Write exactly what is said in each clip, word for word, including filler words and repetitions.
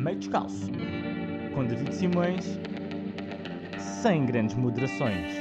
Meio Descalço, com David Simões, sem grandes moderações.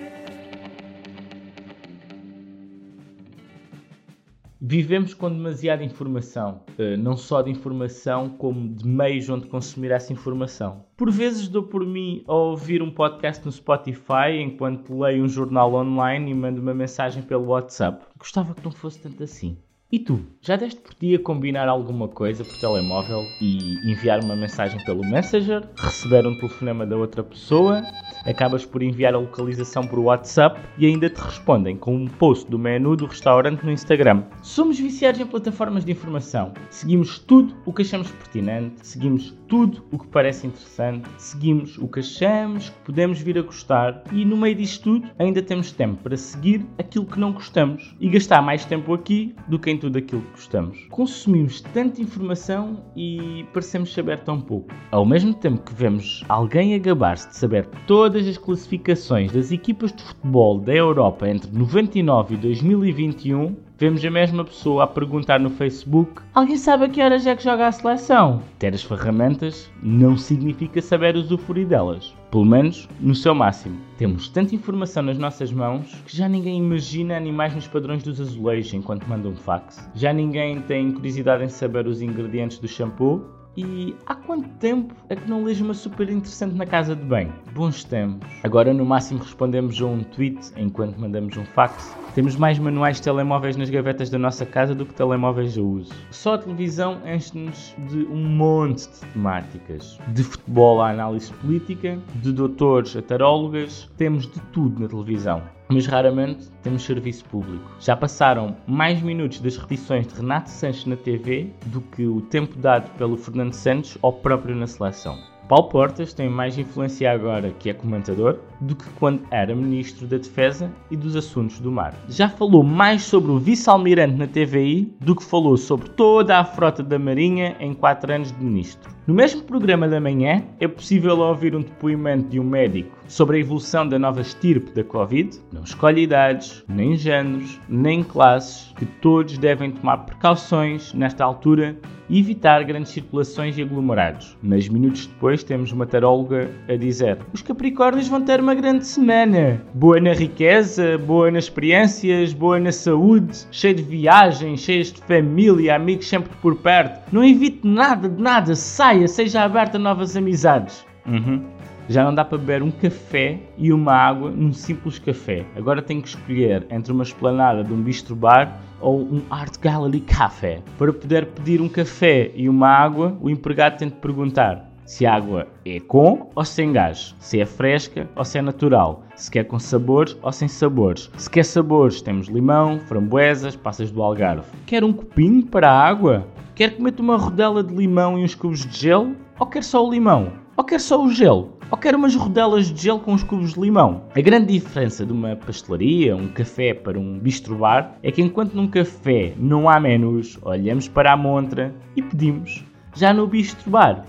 Vivemos com demasiada informação, não só de informação, como de meios onde consumir essa informação. Por vezes dou por mim a ouvir um podcast no Spotify enquanto leio um jornal online e mando uma mensagem pelo WhatsApp. Gostava que não fosse tanto assim. E tu, já deste por ti a combinar alguma coisa por telemóvel e enviar uma mensagem pelo Messenger, receber um telefonema da outra pessoa, acabas por enviar a localização por WhatsApp e ainda te respondem com um post do menu do restaurante no Instagram? Somos viciados em plataformas de informação. Seguimos tudo o que achamos pertinente, seguimos tudo o que parece interessante, seguimos o que achamos que podemos vir a gostar e no meio disto tudo ainda temos tempo para seguir aquilo que não gostamos e gastar mais tempo aqui do que em tudo aquilo que gostamos. Consumimos tanta informação e parecemos saber tão pouco. Ao mesmo tempo que vemos alguém a gabar-se de saber todas as classificações das equipas de futebol da Europa entre noventa e nove e dois mil e vinte e um, vemos a mesma pessoa a perguntar no Facebook: alguém sabe a que horas é que joga a seleção? Ter as ferramentas não significa saber usufruir delas. Pelo menos no seu máximo. Temos tanta informação nas nossas mãos que já ninguém imagina animais nos padrões dos azulejos enquanto manda um fax. Já ninguém tem curiosidade em saber os ingredientes do shampoo. E há quanto tempo é que não lês uma super interessante na casa de banho? Bons tempos. Agora no máximo respondemos a um tweet enquanto mandamos um fax. Temos mais manuais de telemóveis nas gavetas da nossa casa do que telemóveis a uso. Só a televisão enche-nos de um monte de temáticas. De futebol à análise política, de doutores a tarólogas, temos de tudo na televisão. Mas raramente temos serviço público. Já passaram mais minutos das repetições de Renato Sanches na T V do que o tempo dado pelo Fernando Santos ao próprio na seleção. Paulo Portas tem mais influência agora que é comentador do que quando era Ministro da Defesa e dos Assuntos do Mar. Já falou mais sobre o vice-almirante na T V I do que falou sobre toda a frota da Marinha em quatro anos de Ministro. No mesmo programa da manhã é possível ouvir um depoimento de um médico sobre a evolução da nova estirpe da Covid. Não escolhe idades, nem géneros, nem classes, que todos devem tomar precauções nesta altura e evitar grandes circulações e aglomerados. Mas minutos depois temos uma taróloga a dizer: os Capricórnios vão ter uma grande semana. Boa na riqueza, boa nas experiências, boa na saúde, cheia de viagens, cheias de família, amigos sempre por perto. Não evite nada de nada, saia, seja aberta a novas amizades. Uhum. Já não dá para beber um café e uma água num simples café. Agora tenho que escolher entre uma esplanada de um bistro bar ou um Art Gallery Café. Para poder pedir um café e uma água, o empregado tem de perguntar se a água é com ou sem gás, se é fresca ou se é natural, se quer com sabores ou sem sabores. Se quer sabores, temos limão, framboesas, passas do Algarve. Quer um copinho para a água? Quer que meta uma rodela de limão e uns cubos de gelo? Ou quer só o limão? Ou quer só o gelo? Ou quer umas rodelas de gelo com os cubos de limão? A grande diferença de uma pastelaria, um café para um bistro bar, é que enquanto num café não há menus, olhamos para a montra e pedimos. Já no bistro bar,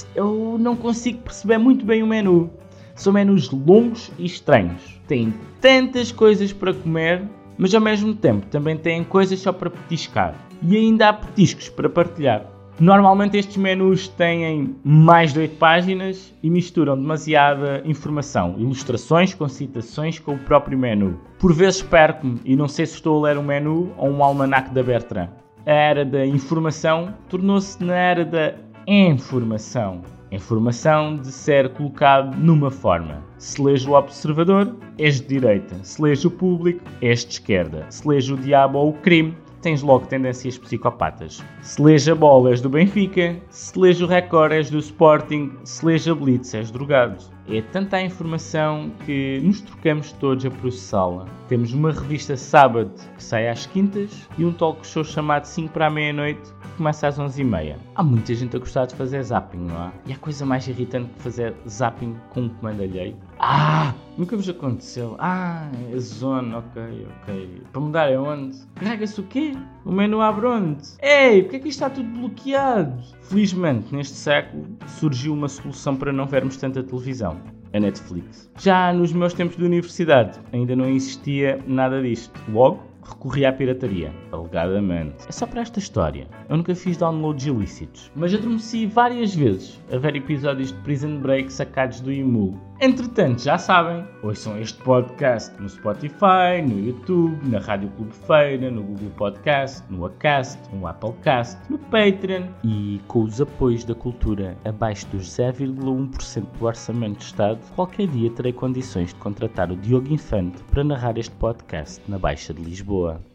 eu não consigo perceber muito bem o menu. São menus longos e estranhos. Têm tantas coisas para comer, mas ao mesmo tempo também têm coisas só para petiscar. E ainda há petiscos para partilhar. Normalmente estes menus têm mais de oito páginas e misturam demasiada informação, ilustrações com citações com o próprio menu. Por vezes perco-me e não sei se estou a ler um menu ou um almanaque da Bertrand. A era da informação tornou-se na era da informação. Informação de ser colocado numa forma. Se lês o Observador, és de direita. Se lês o Público, és de esquerda. Se lês o Diabo ou o Crime, tens logo tendências psicopatas. Se lês a Bola, és do Benfica. Se lês o Record, és do Sporting. Se lês a Blitz, és drogado. É tanta a informação que nos trocamos todos a processá-la. Temos uma revista sábado que sai às quintas e um talk show chamado cinco para a meia-noite que começa às onze e meia. Há muita gente a gostar de fazer zapping, não há? E há coisa mais irritante que fazer zapping com um comando alheio? Ah! Nunca vos aconteceu? Ah, a zona, ok, ok. Para mudar é onde? Carrega-se o quê? O menu abre onde? Ei, porque é que isto está tudo bloqueado? Felizmente, neste século, surgiu uma solução para não vermos tanta televisão. A Netflix. Já nos meus tempos de universidade, ainda não existia nada disto. Logo, recorri à pirataria, alegadamente. É só para esta história. Eu nunca fiz downloads ilícitos, mas adormeci várias vezes a ver episódios de Prison Break sacados do Emule. Entretanto, já sabem, ouçam este podcast no Spotify, no YouTube, na Rádio Clube Feira, no Google Podcast, no Acast, no Applecast, no Patreon e com os apoios da cultura abaixo dos zero vírgula um por cento do orçamento de Estado, qualquer dia terei condições de contratar o Diogo Infante para narrar este podcast na Baixa de Lisboa.